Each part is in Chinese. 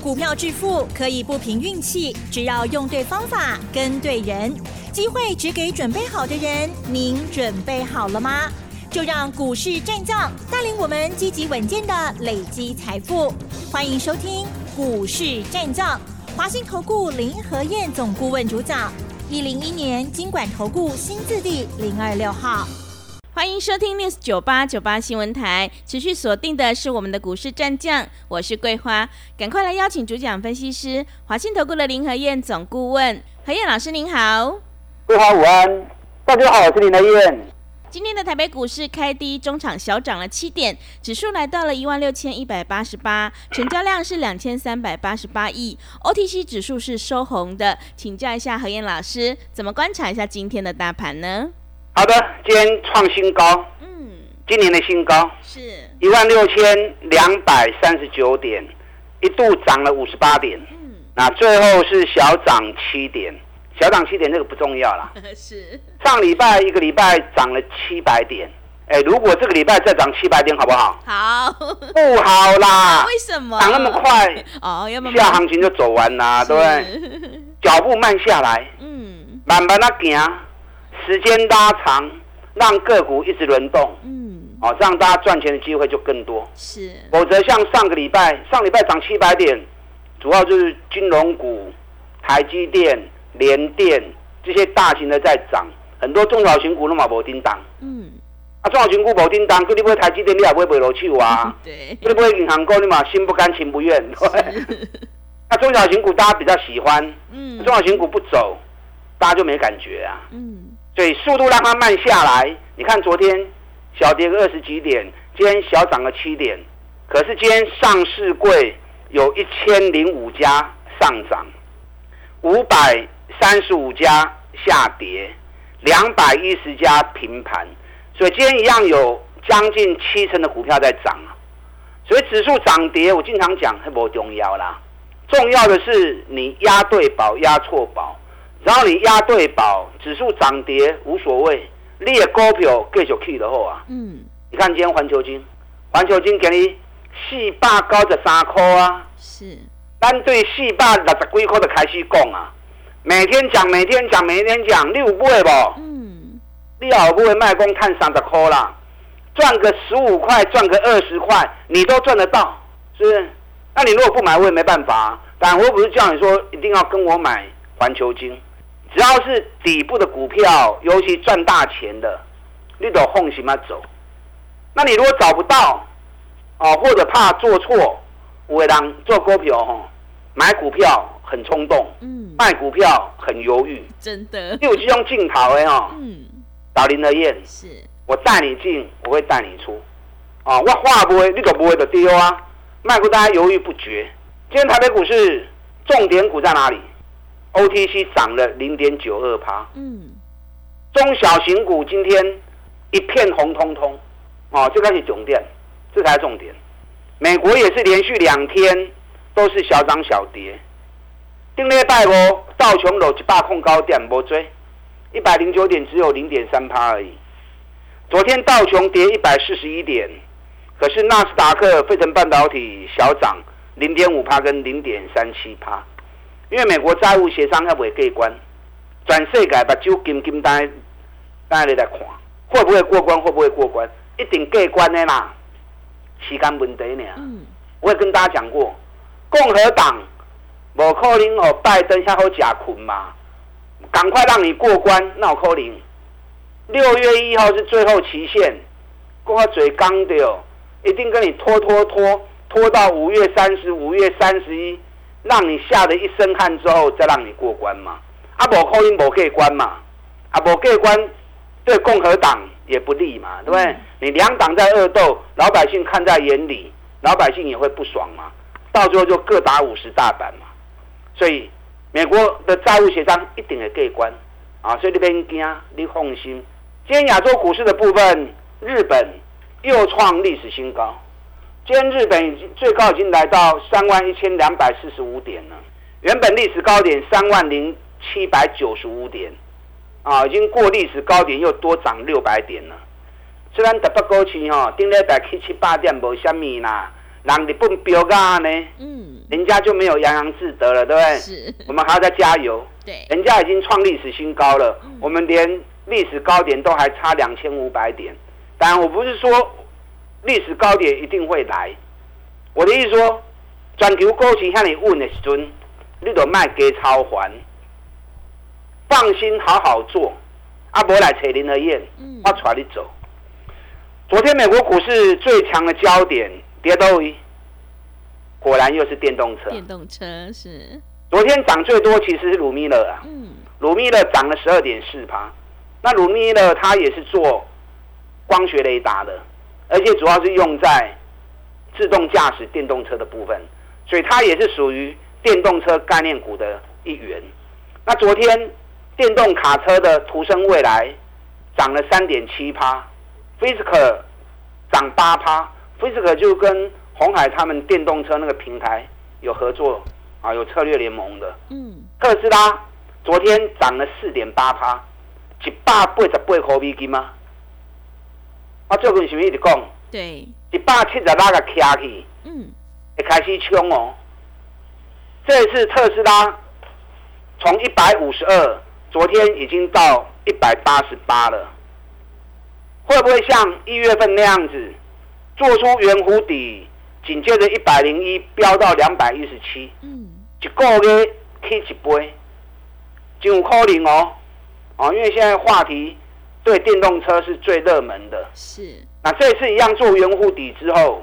股票致富可以不凭运气，只要用对方法跟对人，机会只给准备好的人。您准备好了吗？就让股市战将带领我们积极稳健的累积财富。欢迎收听股市战将，华信投顾林和彥总顾问主讲，101年金管投顾新字第026号。 欢迎收听 News9898 新闻台，持续锁定的是我们的股市战将，我是桂花，赶快来邀请主讲分析师华信投顾的林和彥总顾问，和彥老师您好。 桂花午安，大家好，我是林和彥。 今天的台北股市开低，中场小涨了7点，指数来到了16188，成交量是2388亿 ，OTC 指数是收红的。请教一下和彥老师，怎么观察一下今天的大盘呢？ 好的，今天创新高，今年的新高是 16239点，一度涨了58点，那最后是小涨7点，小涨7点这个不重要啦。 是上礼拜一个礼拜涨了700点，如果这个礼拜再涨700点，好不好？ 好， 不好啦。 为什么？ 涨那么快， 要慢慢下行情就走完啦，对不对？脚步慢下来，慢慢的行。时间拉长，让个股一直轮动，这样大家赚钱的机会就更多。 是， 否则像上礼拜涨700点，主要就是金融股、台积电、联电这些大型的在涨，很多中小型股都嘛没叮当。中小型股没叮当，你买台积电你也买不落手啊。 对， 你买银行股你嘛心不甘情不愿。那中小型股大家比较喜欢，中小型股不走，大家就没感觉啊。所以速度让它慢下来。你看昨天小跌个20几点，今天小涨个7点，可是今天上市柜有1005家上涨，535家下跌，210家平盘，所以今天一样有将近70%的股票在涨啊。所以指数涨跌，我经常讲还不重要啦，重要的是你押对宝押错宝。只要你押对宝，指数涨跌无所谓，你的股票继续去就好啊。你看今天环球金给你493块啊， 是， 咱对460几块就开始讲啊，每天讲，你有买不？你也有买，卖讲赚30块啦，赚个15块，赚个20块，你都赚得到，是不是？那你如果不买，我也没办法啊。但我不是叫你说一定要跟我买环球金。只要是底部的股票，尤其赚大钱的，你都放心走。那你如果找不到，或者怕做错，有的人做股票买股票很冲动，卖股票很犹豫， 真的。 你有这种镜头的找林和彥， 是，我带你进，我会带你出，我话不会，你就不会的丢啊，卖股大家犹豫不决。今天台北股市重点股在哪里？OTC 涨了0.92%，中小型股今天一片红彤彤，这个是重点，这才是重点。美国也是连续2天都是小涨小跌，顶礼拜道琼落100控高点没追，109点只有0.3%而已。昨天道琼跌141点，可是纳斯达克费城半导体小涨0.5%跟0.37%。因为美国债务协商还未过关，全世界目睭金单你来看，会不会过关？一定过关的啦，时间问题呢。我也跟大家讲过，共和党不可能拜登下好假困嘛，赶快让你过关，那有可能。6月1号是最后期限，讲到最刚的一定跟你拖到5月30、5月31。让你吓得一身汗之后，再让你过关嘛？没可能没过关嘛？没过关对共和党也不利嘛，对不对？你两党在恶斗，老百姓看在眼里，老百姓也会不爽嘛。到最后就各打50大板嘛。所以美国的债务协商一定会过关所以你别惊，你放心。今天亚洲股市的部分，日本又创历史新高。今天日本最高已经来到31245点了，原本历史高点30795点，已经过历史高点，又多涨600点了。虽然台北股市顶礼拜去7、8点无什么啦，人日本飙价呢， 人家就没有洋洋自得了，对不对？ 是， 我们还要再加油。 对， 人家已经创历史新高了，我们连历史高点都还差2500点。当然，我不是说历史高点一定会来，我的意思说，全球股市向你稳的时阵，你就卖给超还，放心好好做，不来找林和燕，我带你走。昨天美国股市最强的焦点跌到位，果然又是电动车。 电动车是。 昨天涨最多其实是鲁密勒啊，鲁密勒涨了12.4%。那鲁密勒它也是做光学雷达的，而且主要是用在自动驾驶电动车的部分，所以它也是属于电动车概念股的一员。那昨天电动卡车的途胜未来涨了3.7%，Fisker 涨8%，Fisker 就跟鸿海他们电动车那个平台有合作啊，有策略联盟的。特斯拉昨天涨了4.8%，188美金吗？最近是不是一直讲？ 对 ，178个卡起，会开始冲哦。这一次特斯拉从152，昨天已经到188了。会不会像1月份那样子做出圆弧底，紧接着101飙到217？一个月起一倍，真有可能哦。因为现在话题对电动车是最热门的。 是。 那这次一样做圆弧底之后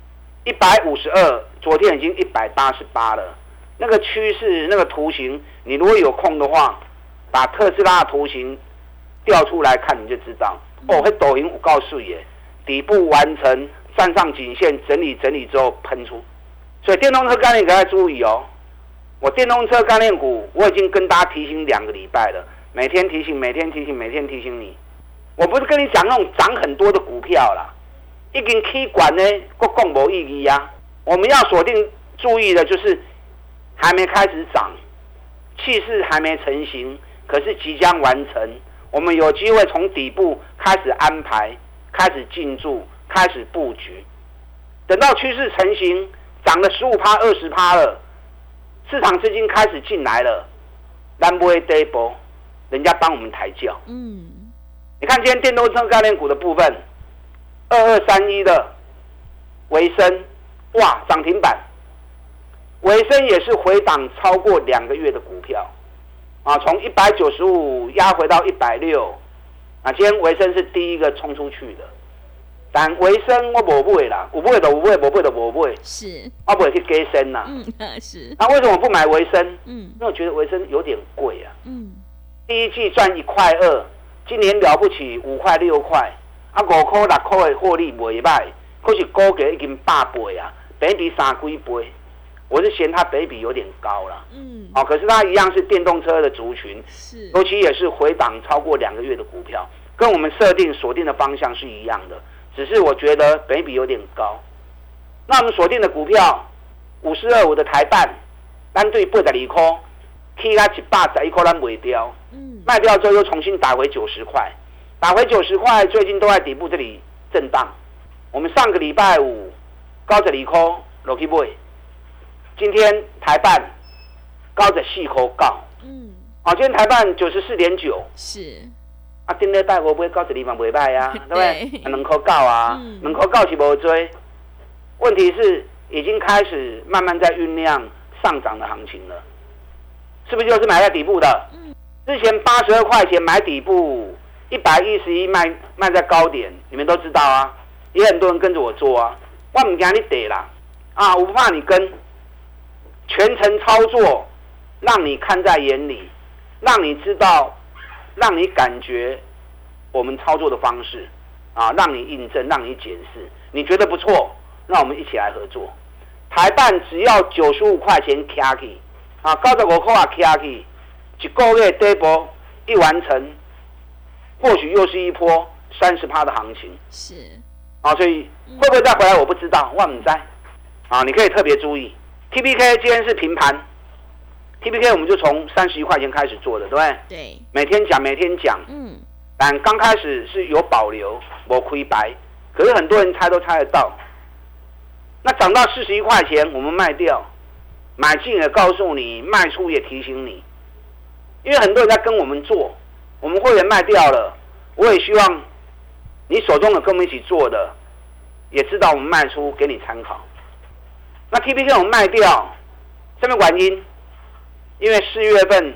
，152，昨天已经188了。那个趋势，那个图形，你如果有空的话，把特斯拉的图形调出来看，你就知道。那抖音有够水耶，底部完成，站上颈线，整理之后喷出。所以电动车概念给大家注意哦。我电动车概念股，我已经跟大家提醒2个礼拜了，每天提醒你。我不是跟你讲那种涨很多的股票啦，已经起管呢，都讲没意义啊。我们要锁定注意的就是还没开始涨，气势还没成型，可是即将完成。我们有机会从底部开始安排，开始进驻，开始布局。等到趋势成型，涨了15%、20%了，市场资金开始进来了，咱不会跌波，人家帮我们抬轿。你看今天电动车概念股的部分，2231的微升，哇，涨停板。微升也是回档超过2个月的股票，从195压回到160，今天微升是第一个冲出去的。但微升我没买啦，有买就有买，没买就没买。 是， 我不会去加升啦。 是。 那为什么不买微升？因为我觉得微升有点贵啊。第一季赚1.2块，今年了不起5块6块，5块6块的获利袂歹，可是股价已经100倍啊，本比3几倍。我是嫌它本比有点高啦。可是它一样是电动车的族群， 是， 尤其也是回档超过2个月的股票，跟我们设定锁定的方向是一样的，只是我觉得本比有点高。那我们锁定的股票，5425的台办，咱对82块，起到111块，咱卖掉。卖掉之后又重新打回90块，打回90块，最近都在底部这里震荡。我们上个礼拜五高12块落去买，今天台办高14块9。今天台办94.9。 是。 顶礼拜我买高12嘛袂歹啊，对不对？2块9啊，2块9是无追。问题是已经开始慢慢在酝酿上涨的行情了，是不是就是买在底部的？之前82块钱买底部，111卖在高点，你们都知道啊，也很多人跟着我做啊。我不怕你跌啦，我不怕你跟，全程操作，让你看在眼里，让你知道，让你感觉我们操作的方式，让你印证，让你检视，你觉得不错，那我们一起来合作。台办只要95块钱卡起，95块卡起。1个月底部一完成，或许又是一波30%的行情。 是。 所以会不会再回来我不知道，我不知道。你可以特别注意 ，TPK 今天是平盘 ，TPK 我们就从31块钱开始做的，对不对？ 对。 每天讲。但刚开始是有保留，没亏白，可是很多人猜都猜得到。那涨到41块钱，我们卖掉， 买进也告诉你，卖出也提醒你。因为很多人在跟我们做，我们会员卖掉了，我也希望你手中的跟我们一起做的，也知道我们卖出给你参考。那 TPK 我们卖掉，什么原因？因为4月份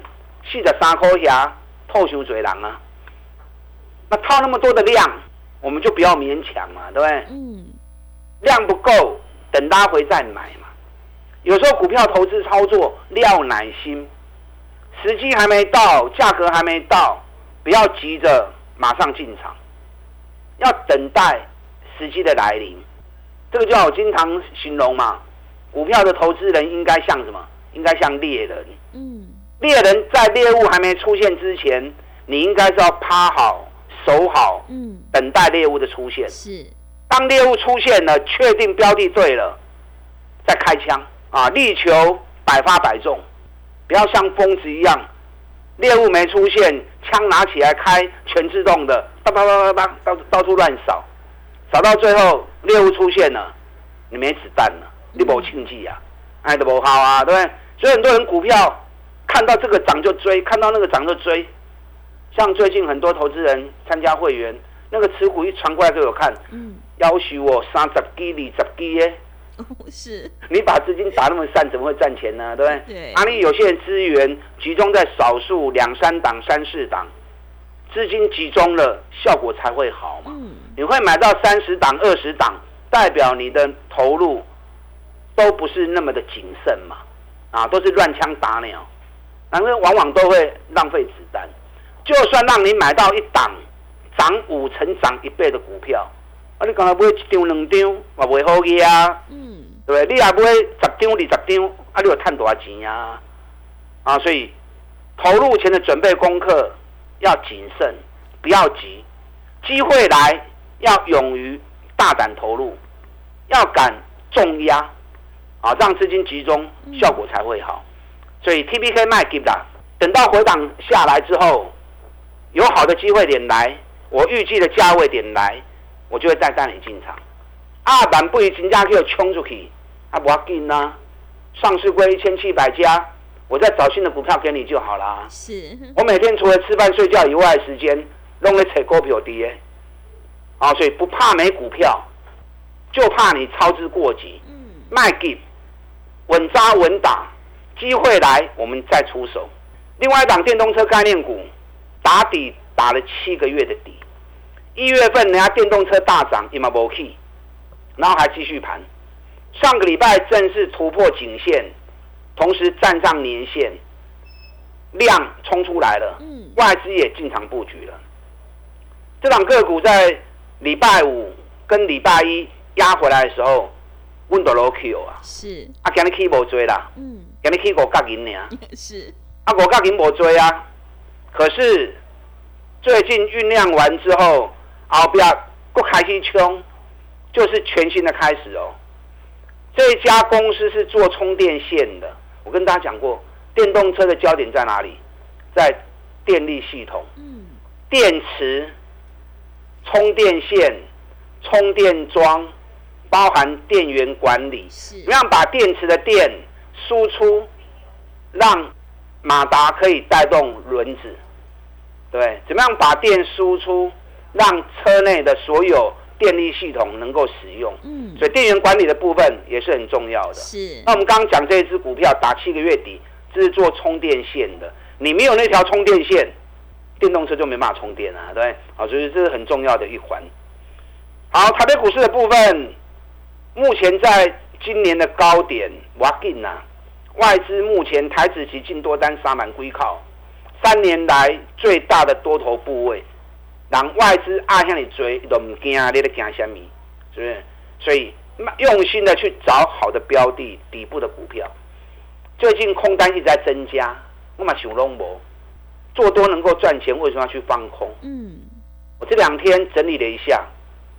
43块遐套伤多人啊，那套那么多的量，我们就不要勉强嘛，对不对？量不够，等拉回再买嘛。有时候股票投资操作要耐心，时机还没到，价格还没到，不要急着马上进场，要等待时机的来临。这个就我经常形容嘛，股票的投资人应该像什么？应该像猎人。猎人在猎物还没出现之前，你应该是要趴好、守好，等待猎物的出现。 是。 当猎物出现了，确定标的对了，再开枪啊！力求百发百中，不要像疯子一样，猎物没出现，枪拿起来开全自动的，叭叭叭叭叭，到处乱扫，扫到最后猎物出现了，你没子弹了，你没庆忌啊，哎都不好啊，对不对？所以很多人股票看到这个涨就追，看到那个涨就追。像最近很多投资人参加会员，那个持股一传过来给我看，要求我30支、20支耶。 是。 你把资金打那么散，怎么会赚钱呢？对不对？ 对。 你有限资源集中在少数2、3档、3、4档，资金集中了，效果才会好嘛。你会买到30档、20档，代表你的投入都不是那么的谨慎嘛，都是乱枪打鸟，然后往往都会浪费子弹。就算让你买到一档涨5成、涨1倍的股票，你刚才买1张、2张，也不会好去啊，对不对？你也买10张、20张，你有赚多少钱啊？所以投入前的准备功课要谨慎，不要急，机会来要勇于大胆投入，要敢重压，让资金集中，效果才会好。所以 TPK 卖给啦，等到回档下来之后，有好的机会点来，我预计的价位点来，我就会再带你进场。板不一真价给我冲出去，不要紧啊！上市柜1700家，我再找新的股票给你就好啦。 是。我每天除了吃饭睡觉以外的时间，弄来找股票跌。所以不怕没股票，就怕你操之过急。卖给稳扎稳打，机会来我们再出手。另外一档电动车概念股。打底打了7个月的底，1月份人家电动车大涨，也没起，然后还继续盘。上个礼拜正式突破颈线，同时站上年线，量冲出来了，外资也进场布局了。这档个股在礼拜5跟礼拜1压回来的时候，温度落 Q 啊， 是今日起无追啦，今日起5角银呢， 是 5角银无追啊。可是最近酝酿完之后，后边又开始冲，就是全新的开始哦。这一家公司是做充电线的，我跟大家讲过，电动车的焦点在哪里？在电力系统，电池、充电线、充电桩，包含电源管理，怎么样把电池的电输出，让马达可以带动轮子。对，怎么样把电输出，让车内的所有电力系统能够使用？所以电源管理的部分也是很重要的。 是。 那我们刚刚讲这一支股票打7个月底，这是做充电线的。你没有那条充电线，电动车就没办法充电啊，对不对？所以这是很重要的一环。好，台北股市的部分，目前在今年的高点，哇紧啊！外资目前台指期净多单杀满归靠。3年来最大的多头部位，让外资爱向你追，都不惊，你在惊什么？是不是？所以用心的去找好的标的，底部的股票。最近空单一直在增加，我嘛想拢无，做多能够赚钱，为什么要去放空？我这2天整理了一下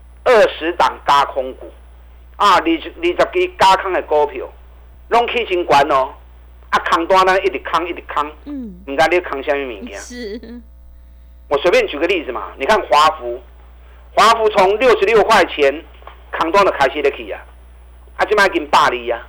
，20档加空股，20支加空的股票，拢起真悬哦。空单一直空，一直空，不知道你空什么东西？ 是。 我随便举个例子嘛，你看华孚从66块钱空单就开始在起啊，现在已经80啊，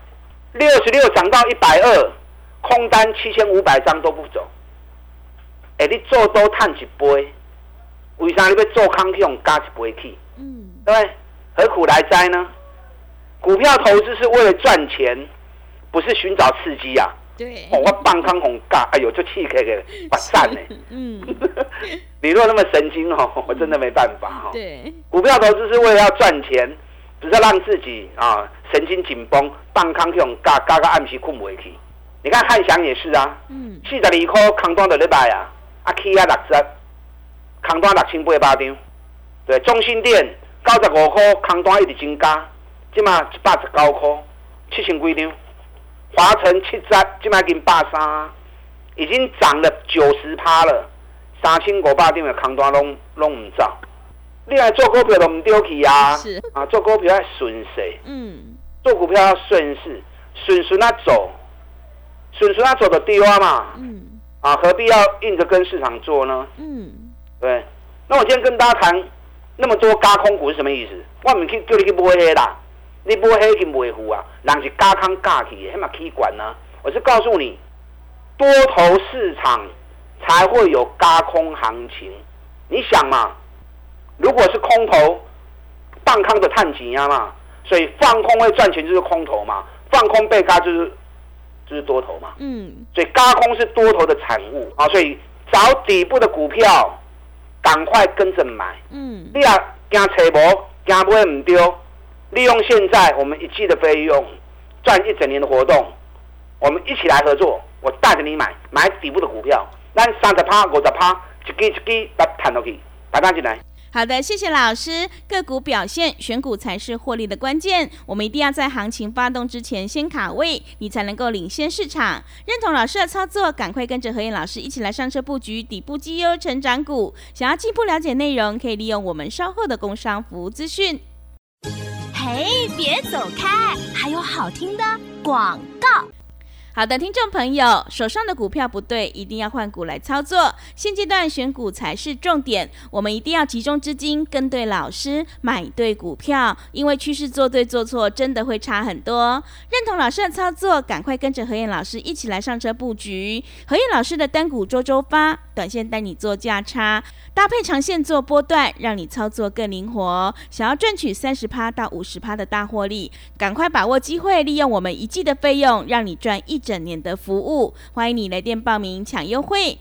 66涨到120，空单7500张都不走。你做多赚一杯，为啥你要做空去用加一杯去？对不对？何苦来哉呢？股票投资是为了赚钱，不是寻找刺激啊！ 对， 我放空红尬，哎呦，就气给把赞呢。你若那么神经我真的没办法对， 股票投资是为了要赚钱，不是要让自己神经紧绷，放空去用尬到暗时困不去。你看汉翔也是啊，42块空单就礼拜啊，起啊60，空单6800张。对，中兴电95块空单一直增加，现在119块，7000几张。华晨70，现在已经83，已经涨了90%了，3500张的空单拢唔走。你来做股票都唔丢去啊！ 是啊，做股票要顺势，做股票要顺势，顺啊走，顺啊走的丢嘛，何必要硬着跟市场做呢？对。那我今天跟大家谈那么多軋空股是什么意思？我唔去叫你去买迄啦。你买黑去卖付啊，人是加空加去的，那嘛起管呢？我是告诉你，多头市场才会有軋空行情。你想嘛，如果是空头，放空的探钱啊嘛，所以放空会赚钱就是空头嘛，放空被軋就是多头嘛。所以軋空是多头的产物啊，所以找底部的股票，赶快跟着买。你也惊找无，惊买唔丢。利用现在我们1季的费用赚1整年的活动，我们一起来合作。我带着你买底部的股票，咱30%、50%，一支把它赚落去，大家进来。 好的，谢谢老师。个股表现，选股才是获利的关键。我们一定要在行情发动之前先卡位，你才能够领先市场。认同老师的操作，赶快跟着何燕老师一起来上车布局底部绩优成长股。想要进一步了解内容，可以利用我们稍后的工商服务资讯。 嘿，别走开，还有好听的广告。 好的，听众朋友，手上的股票不对，一定要换股来操作。现阶段选股才是重点，我们一定要集中资金，跟对老师，买对股票，因为趋势做对做错真的会差很多。认同老师的操作，赶快跟着何燕老师一起来上车布局。何燕老师的单股周周发，短线带你做价差，搭配长线做波段，让你操作更灵活。想要赚取30%到50%的大获利，赶快把握机会，利用我们1季的费用，让你赚1整年的服务。欢迎你来电报名抢优惠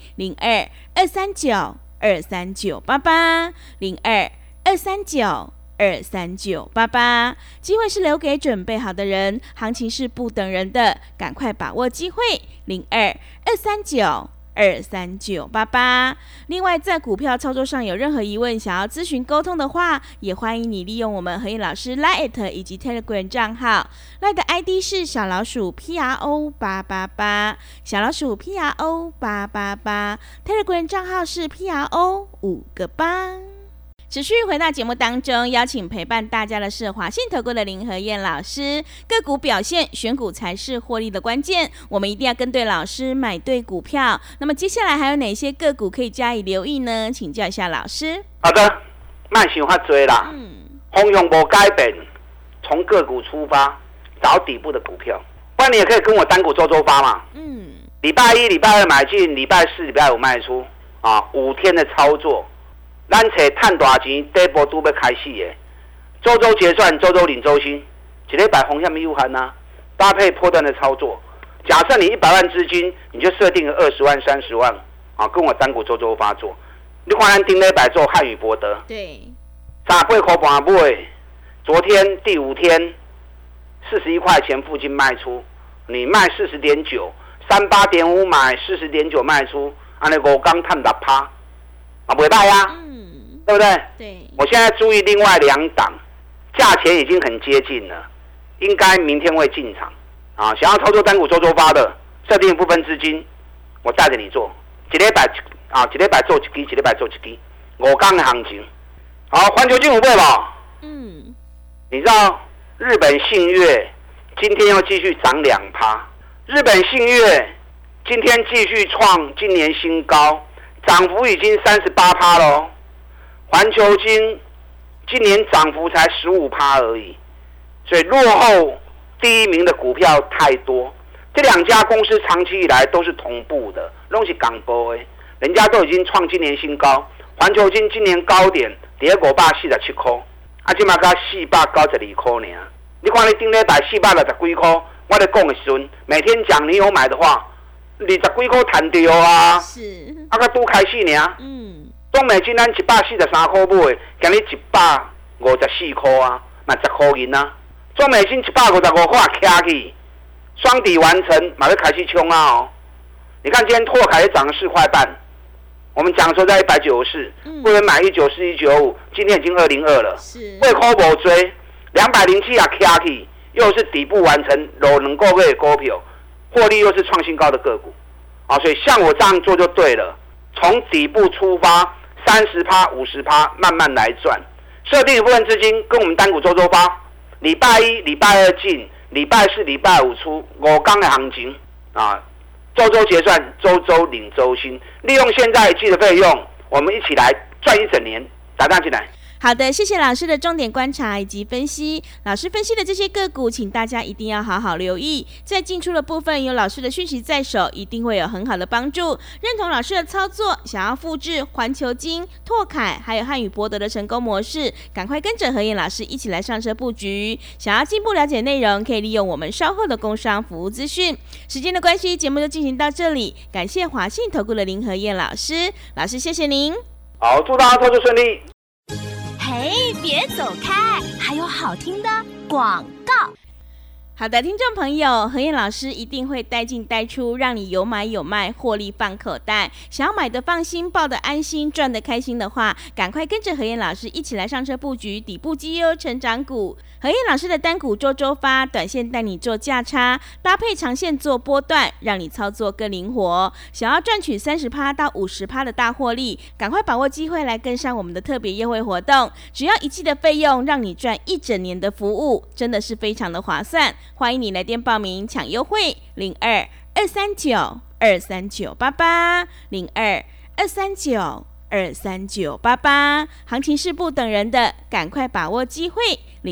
，02-239-23988 02-239-23988，机会是留给准备好的人，行情是不等人的，赶快把握机会，02-239-23988。另外，在股票操作上有任何疑问，想要咨询沟通的话，也欢迎你利用我们何燕老师 LINE 以及 Telegram 账号。LINE 的 ID 是小老鼠 PRO888， 小老鼠 PRO888， Telegram 账号是 PRO5个8。持续回到节目当中，邀请陪伴大家的是华信投顾的林和燕老师。个股表现，选股才是获利的关键，我们一定要跟对老师，买对股票。那么接下来还有哪些个股可以加以留意呢？请教一下老师。 好的，慢想较多啦，方向无改变，从个股出发，找底部的股票。不然你也可以跟我单股周周发嘛。礼拜1、礼拜2买进，礼拜4、礼拜5卖出，5天的操作。咱找赚大钱，第一步都要开始的。周周结算，周周领周薪，一礼拜风险没有限啊。搭配波段的操作，假设你100万资金，你就设定个20万、30万，跟我单股周周发作。你看咱顶礼拜做汉语博德， 对 ，38块半买，昨天第5天41块钱附近卖出，你卖40.9，38.5买，40.9卖出，安尼5天赚10%。不赖啊，对不对？ 对， 我现在注意另外2档，价钱已经很接近了，应该明天会进场想要操作单股周周发的，设定一部分资金，我带着你做，一礼拜做一支，一礼拜做一支，5天的行情。好，环球金有买吧？你知道日本信越今天又继续涨2%，日本信越今天继续创今年新高。涨幅已经38%了，环球金今年涨幅才15%而已，所以落后第一名的股票太多。这2家公司长期以来都是同步的，都是港波的，人家都已经创今年新高。环球金今年高点在547块，现在才492块而已。你看你顶礼拜460几块，我在讲的时候，每天讲你有买的话，20几块赚到啊！ 是， 才拄开始而已。中美金咱143块买，今日154块啊，嘛10块银啊。中美金155块徛起，双底完成，马上开始冲啊哦！你看今天拓凯涨了4块半，我们讲说在194，会员买194、195，今天已经202了。 是， 未可无追，207也徛起，又是底部完成2个月的股票，获利又是创新高的个股啊！所以像我这样做就对了，从底部出发，30%、50%慢慢来赚，设定一部分资金跟我们单股周周发，礼拜1、礼拜2进，礼拜4、礼拜5出，5天的行情啊！周周结算，周周领周薪，利用现在记的费用，我们一起来赚1整年，打上进来。 好的，谢谢老师的重点观察以及分析。老师分析的这些个股，请大家一定要好好留意。在进出的部分，有老师的讯息在手，一定会有很好的帮助。认同老师的操作，想要复制环球金、拓凯还有汉语博德的成功模式，赶快跟着和晏老师一起来上车布局。想要进一步了解内容，可以利用我们稍后的工商服务资讯。时间的关系，节目就进行到这里。感谢华信投顾的林和晏老师，老师谢谢您。 好，祝大家操作顺利。 嘿，别走开，还有好听的广告。 好的，听众朋友，和晏老师一定会带进带出，让你有买有卖，获利放口袋。想要买的放心，抱的安心，赚的开心的话，赶快跟着和晏老师一起来上车布局底部绩优成长股。和晏老师的单股周周发，短线带你做价差，搭配长线做波段，让你操作更灵活。想要赚取30%到50%的大获利，赶快把握机会来跟上我们的特别优惠活动，只要1季的费用，让你赚1整年的服务，真的是非常的划算。欢迎你来电报名抢优惠，02-239-23988，02-239-23988，行情是不等人的，赶快把握机会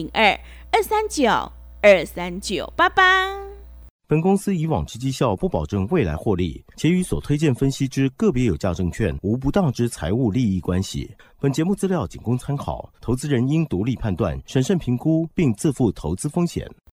，02-239-23988。 本公司以往之绩效不保证未来获利，且与所推荐分析之个别有价证券无不当之财务利益关系。本节目资料仅供参考，投资人应独立判断、审慎评估，并自负投资风险。